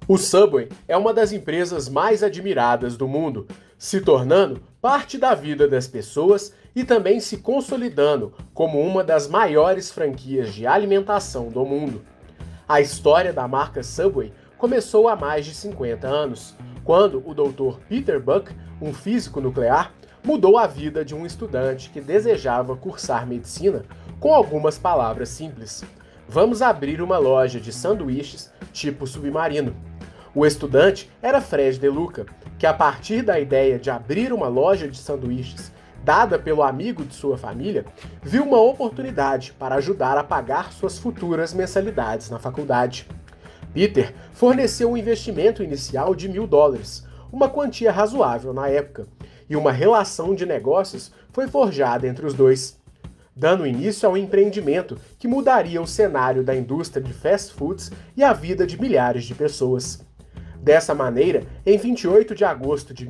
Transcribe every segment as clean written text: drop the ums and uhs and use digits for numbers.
O Subway é uma das empresas mais admiradas do mundo, se tornando parte da vida das pessoas e também se consolidando como uma das maiores franquias de alimentação do mundo. A história da marca Subway começou há mais de 50 anos, quando o Dr. Peter Buck, um físico nuclear, mudou a vida de um estudante que desejava cursar medicina com algumas palavras simples: vamos abrir uma loja de sanduíches tipo submarino. O estudante era Fred De Luca, que a partir da ideia de abrir uma loja de sanduíches dada pelo amigo de sua família, viu uma oportunidade para ajudar a pagar suas futuras mensalidades na faculdade. Peter forneceu um investimento inicial de $1.000, uma quantia razoável na época, e uma relação de negócios foi forjada entre os dois, dando início a um empreendimento que mudaria o cenário da indústria de fast foods e a vida de milhares de pessoas. Dessa maneira, em 28 de agosto de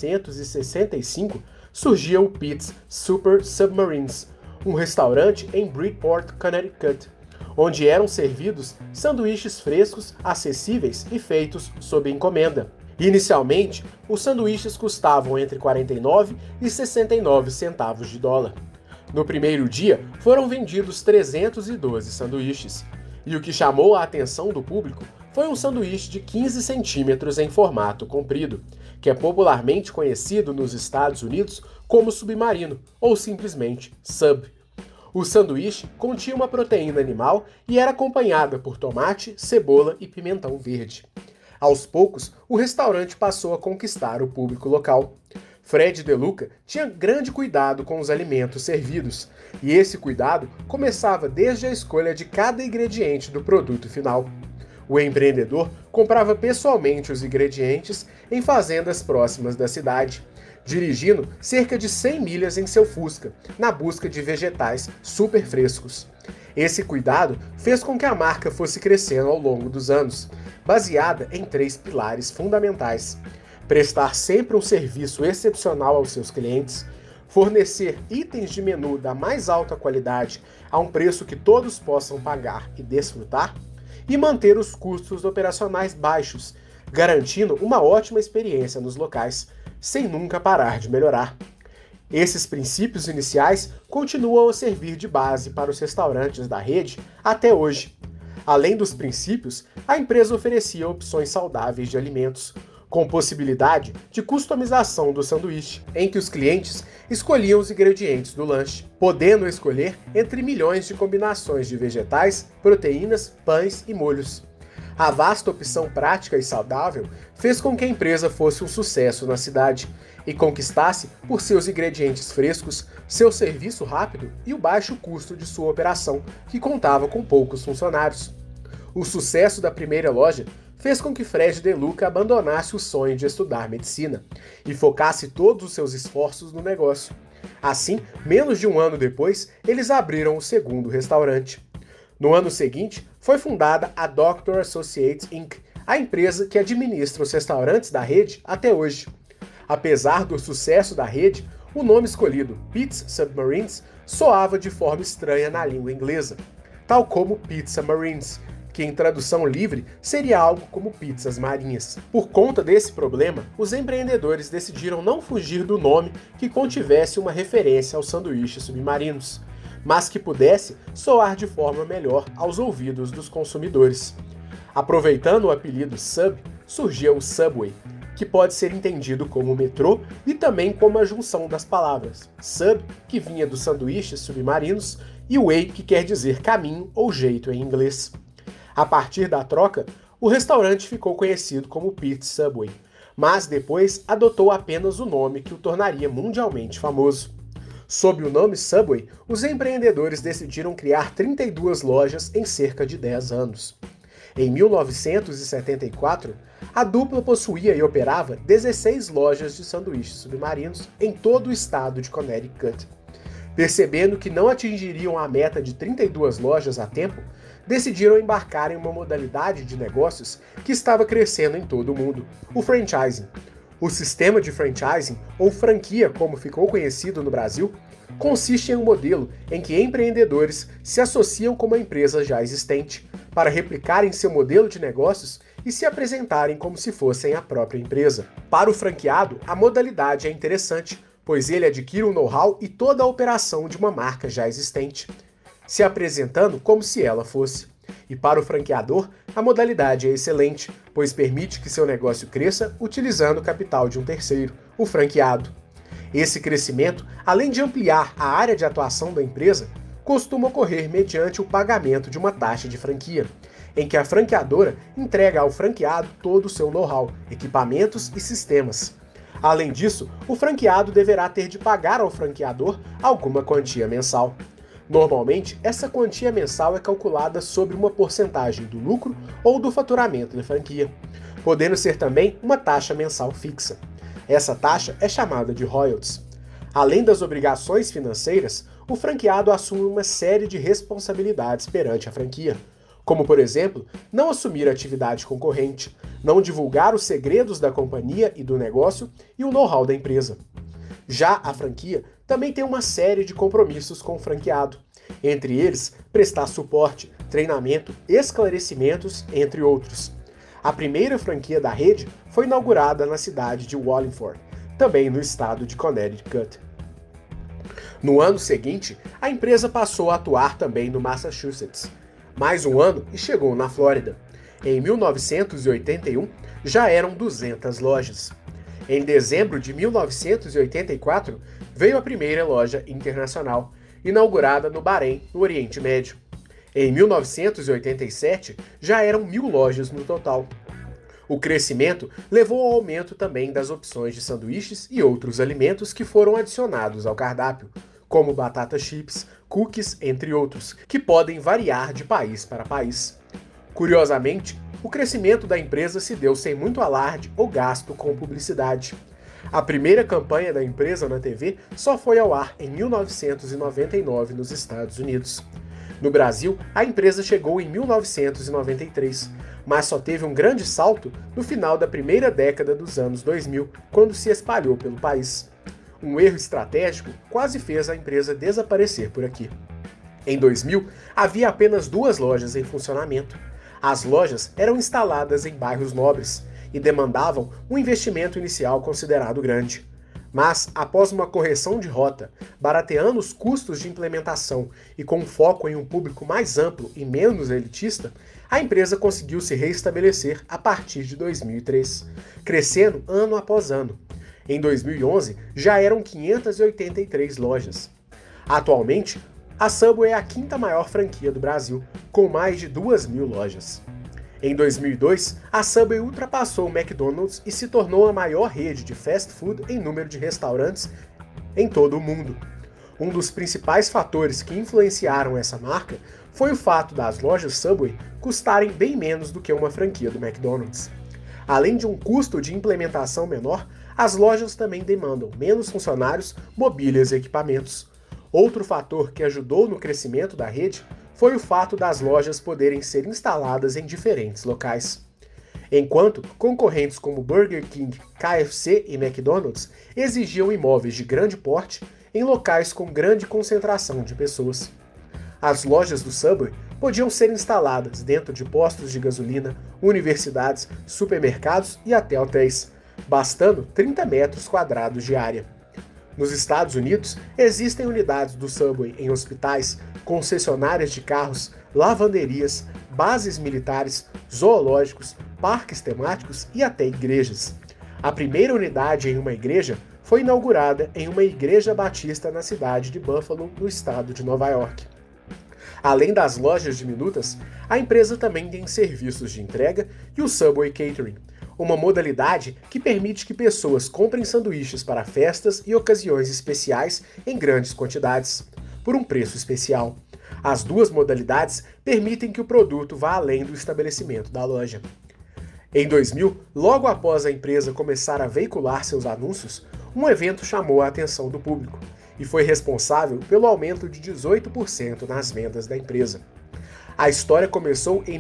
1965, surgia o Pete's Super Submarines, um restaurante em Bridgeport, Connecticut, onde eram servidos sanduíches frescos, acessíveis e feitos sob encomenda. Inicialmente, os sanduíches custavam entre 49 e 69 centavos de dólar. No primeiro dia, foram vendidos 312 sanduíches, e o que chamou a atenção do público foi um sanduíche de 15 centímetros em formato comprido, que é popularmente conhecido nos Estados Unidos como submarino, ou simplesmente sub. O sanduíche continha uma proteína animal e era acompanhada por tomate, cebola e pimentão verde. Aos poucos, o restaurante passou a conquistar o público local. Fred De Luca tinha grande cuidado com os alimentos servidos, e esse cuidado começava desde a escolha de cada ingrediente do produto final. O empreendedor comprava pessoalmente os ingredientes em fazendas próximas da cidade, dirigindo cerca de 100 milhas em seu Fusca, na busca de vegetais super frescos. Esse cuidado fez com que a marca fosse crescendo ao longo dos anos, baseada em 3 pilares fundamentais: prestar sempre um serviço excepcional aos seus clientes, fornecer itens de menu da mais alta qualidade a um preço que todos possam pagar e desfrutar, e manter os custos operacionais baixos, garantindo uma ótima experiência nos locais, sem nunca parar de melhorar. Esses princípios iniciais continuam a servir de base para os restaurantes da rede até hoje. Além dos princípios, a empresa oferecia opções saudáveis de alimentos, com possibilidade de customização do sanduíche, em que os clientes escolhiam os ingredientes do lanche, podendo escolher entre milhões de combinações de vegetais, proteínas, pães e molhos. A vasta opção prática e saudável fez com que a empresa fosse um sucesso na cidade e conquistasse por seus ingredientes frescos, seu serviço rápido e o baixo custo de sua operação, que contava com poucos funcionários. O sucesso da primeira loja fez com que Fred De Luca abandonasse o sonho de estudar medicina e focasse todos os seus esforços no negócio. Assim, menos de um ano depois, eles abriram o segundo restaurante. No ano seguinte, foi fundada a Dr. Associates Inc., a empresa que administra os restaurantes da rede até hoje. Apesar do sucesso da rede, o nome escolhido, Pete's Submarines, soava de forma estranha na língua inglesa, tal como Pizza Marines, que em tradução livre seria algo como pizzas marinhas. Por conta desse problema, os empreendedores decidiram não fugir do nome que contivesse uma referência aos sanduíches submarinos, mas que pudesse soar de forma melhor aos ouvidos dos consumidores. Aproveitando o apelido Sub, surgiu o Subway, que pode ser entendido como metrô e também como a junção das palavras sub, que vinha dos sanduíches submarinos, e way, que quer dizer caminho ou jeito em inglês. A partir da troca, o restaurante ficou conhecido como Pete's Subway, mas depois adotou apenas o nome que o tornaria mundialmente famoso. Sob o nome Subway, os empreendedores decidiram criar 32 lojas em cerca de 10 anos. Em 1974, a dupla possuía e operava 16 lojas de sanduíches submarinos em todo o estado de Connecticut. Percebendo que não atingiriam a meta de 32 lojas a tempo, decidiram embarcar em uma modalidade de negócios que estava crescendo em todo o mundo, o franchising. O sistema de franchising, ou franquia como ficou conhecido no Brasil, consiste em um modelo em que empreendedores se associam com uma empresa já existente, para replicarem seu modelo de negócios e se apresentarem como se fossem a própria empresa. Para o franqueado, a modalidade é interessante, pois ele adquire o know-how e toda a operação de uma marca já existente, se apresentando como se ela fosse. E para o franqueador, a modalidade é excelente, pois permite que seu negócio cresça utilizando o capital de um terceiro, o franqueado. Esse crescimento, além de ampliar a área de atuação da empresa, costuma ocorrer mediante o pagamento de uma taxa de franquia, em que a franqueadora entrega ao franqueado todo o seu know-how, equipamentos e sistemas. Além disso, o franqueado deverá ter de pagar ao franqueador alguma quantia mensal. Normalmente, essa quantia mensal é calculada sobre uma porcentagem do lucro ou do faturamento da franquia, podendo ser também uma taxa mensal fixa. Essa taxa é chamada de royalties. Além das obrigações financeiras, o franqueado assume uma série de responsabilidades perante a franquia, como, por exemplo, não assumir atividade concorrente, não divulgar os segredos da companhia e do negócio e o know-how da empresa. Já a franquia também tem uma série de compromissos com o franqueado, entre eles prestar suporte, treinamento, esclarecimentos, entre outros. A primeira franquia da rede foi inaugurada na cidade de Wallingford, também no estado de Connecticut. No ano seguinte, a empresa passou a atuar também no Massachusetts. Mais um ano e chegou na Flórida. Em 1981, já eram 200 lojas. Em dezembro de 1984, veio a primeira loja internacional, inaugurada no Bahrein, no Oriente Médio. Em 1987, já eram 1.000 lojas no total. O crescimento levou ao aumento também das opções de sanduíches e outros alimentos que foram adicionados ao cardápio, como batata chips, cookies, entre outros, que podem variar de país para país. Curiosamente, o crescimento da empresa se deu sem muito alarde ou gasto com publicidade. A primeira campanha da empresa na TV só foi ao ar em 1999 nos Estados Unidos. No Brasil, a empresa chegou em 1993, mas só teve um grande salto no final da primeira década dos anos 2000, quando se espalhou pelo país. Um erro estratégico quase fez a empresa desaparecer por aqui. Em 2000, havia apenas 2 lojas em funcionamento. As lojas eram instaladas em bairros nobres e demandavam um investimento inicial considerado grande. Mas, após uma correção de rota, barateando os custos de implementação e com foco em um público mais amplo e menos elitista, a empresa conseguiu se reestabelecer a partir de 2003, crescendo ano após ano. Em 2011, já eram 583 lojas. Atualmente, a Subway é a 5ª maior franquia do Brasil, com mais de 2.000 lojas. Em 2002, a Subway ultrapassou o McDonald's e se tornou a maior rede de fast food em número de restaurantes em todo o mundo. Um dos principais fatores que influenciaram essa marca foi o fato das lojas Subway custarem bem menos do que uma franquia do McDonald's. Além de um custo de implementação menor, as lojas também demandam menos funcionários, mobílias e equipamentos. Outro fator que ajudou no crescimento da rede foi o fato das lojas poderem ser instaladas em diferentes locais. Enquanto concorrentes como Burger King, KFC e McDonald's exigiam imóveis de grande porte em locais com grande concentração de pessoas. As lojas do Subway podiam ser instaladas dentro de postos de gasolina, universidades, supermercados e até hotéis, bastando 30 metros quadrados de área. Nos Estados Unidos, existem unidades do Subway em hospitais, concessionárias de carros, lavanderias, bases militares, zoológicos, parques temáticos e até igrejas. A primeira unidade em uma igreja foi inaugurada em uma igreja batista na cidade de Buffalo, no estado de Nova York. Além das lojas diminutas, a empresa também tem serviços de entrega e o Subway Catering, uma modalidade que permite que pessoas comprem sanduíches para festas e ocasiões especiais em grandes quantidades, por um preço especial. As duas modalidades permitem que o produto vá além do estabelecimento da loja. Em 2000, logo após a empresa começar a veicular seus anúncios, um evento chamou a atenção do público e foi responsável pelo aumento de 18% nas vendas da empresa. A história começou em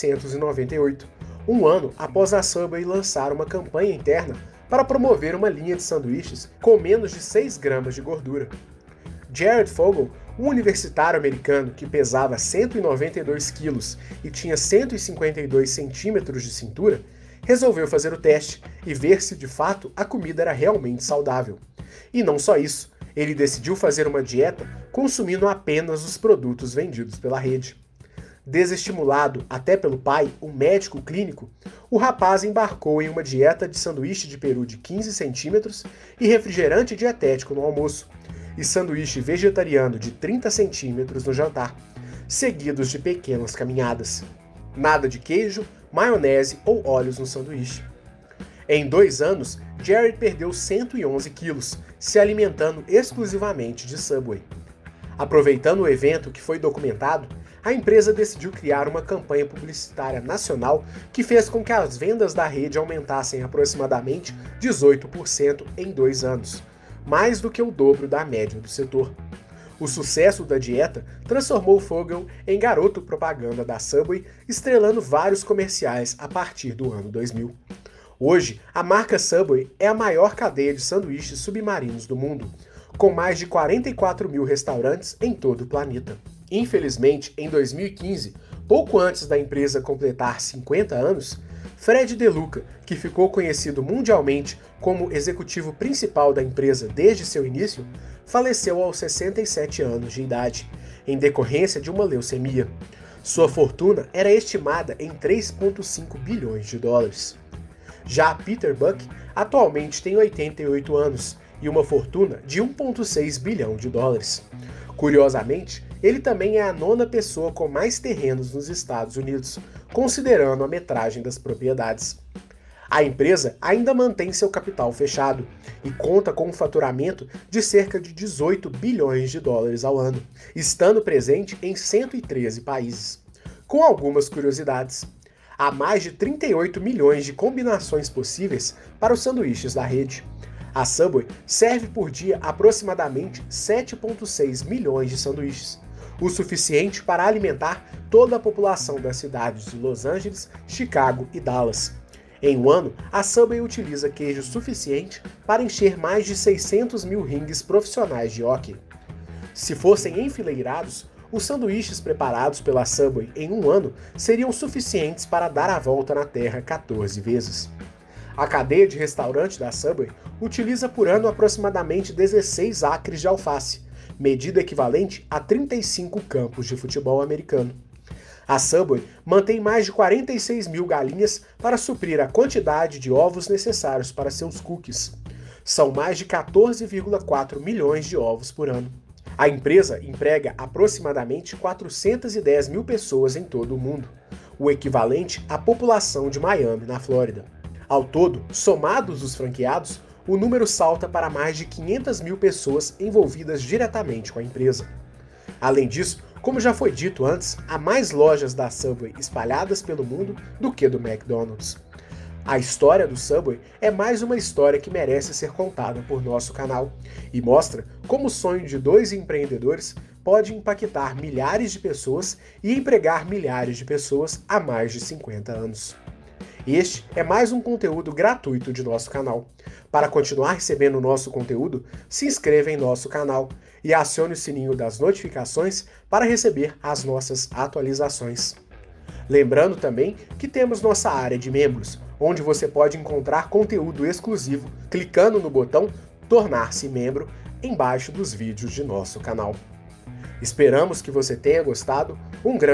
1998, um ano após a Subway lançar uma campanha interna para promover uma linha de sanduíches com menos de 6 gramas de gordura. Jared Fogle, Um universitário americano que pesava 192 quilos e tinha 152 centímetros de cintura resolveu fazer o teste e ver se de fato a comida era realmente saudável. E não só isso, ele decidiu fazer uma dieta consumindo apenas os produtos vendidos pela rede. Desestimulado até pelo pai, um médico clínico, o rapaz embarcou em uma dieta de sanduíche de peru de 15 centímetros e refrigerante dietético no almoço, e sanduíche vegetariano de 30 centímetros no jantar, seguidos de pequenas caminhadas. Nada de queijo, maionese ou óleos no sanduíche. Em 2 anos, Jared perdeu 111 quilos, se alimentando exclusivamente de Subway. Aproveitando o evento que foi documentado, a empresa decidiu criar uma campanha publicitária nacional que fez com que as vendas da rede aumentassem aproximadamente 18% em 2 anos, mais do que o dobro da média do setor. O sucesso da dieta transformou Fogel em garoto propaganda da Subway, estrelando vários comerciais a partir do ano 2000. Hoje, a marca Subway é a maior cadeia de sanduíches submarinos do mundo, com mais de 44 mil restaurantes em todo o planeta. Infelizmente, em 2015, pouco antes da empresa completar 50 anos, Fred De Luca, que ficou conhecido mundialmente como executivo principal da empresa desde seu início, faleceu aos 67 anos de idade, em decorrência de uma leucemia. Sua fortuna era estimada em 3,5 bilhões de dólares. Já Peter Buck atualmente tem 88 anos e uma fortuna de 1,6 bilhão de dólares. Curiosamente, ele também é a 9ª pessoa com mais terrenos nos Estados Unidos, considerando a metragem das propriedades. A empresa ainda mantém seu capital fechado e conta com um faturamento de cerca de 18 bilhões de dólares ao ano, estando presente em 113 países. Com algumas curiosidades, há mais de 38 milhões de combinações possíveis para os sanduíches da rede. A Subway serve por dia aproximadamente 7,6 milhões de sanduíches, o suficiente para alimentar toda a população das cidades de Los Angeles, Chicago e Dallas. Em um ano, a Subway utiliza queijo suficiente para encher mais de 600 mil ringues profissionais de hóquei. Se fossem enfileirados, os sanduíches preparados pela Subway em um ano seriam suficientes para dar a volta na Terra 14 vezes. A cadeia de restaurante da Subway utiliza por ano aproximadamente 16 acres de alface, medida equivalente a 35 campos de futebol americano. A Subway mantém mais de 46 mil galinhas para suprir a quantidade de ovos necessários para seus cookies. São mais de 14,4 milhões de ovos por ano. A empresa emprega aproximadamente 410 mil pessoas em todo o mundo, o equivalente à população de Miami, na Flórida. Ao todo, somados os franqueados, o número salta para mais de 500 mil pessoas envolvidas diretamente com a empresa. Além disso, como já foi dito antes, há mais lojas da Subway espalhadas pelo mundo do que do McDonald's. A história do Subway é mais uma história que merece ser contada por nosso canal e mostra como o sonho de 2 empreendedores pode impactar milhares de pessoas e empregar milhares de pessoas há mais de 50 anos. Este é mais um conteúdo gratuito de nosso canal. Para continuar recebendo o nosso conteúdo, se inscreva em nosso canal e acione o sininho das notificações para receber as nossas atualizações. Lembrando também que temos nossa área de membros, onde você pode encontrar conteúdo exclusivo clicando no botão Tornar-se membro embaixo dos vídeos de nosso canal. Esperamos que você tenha gostado. Um grande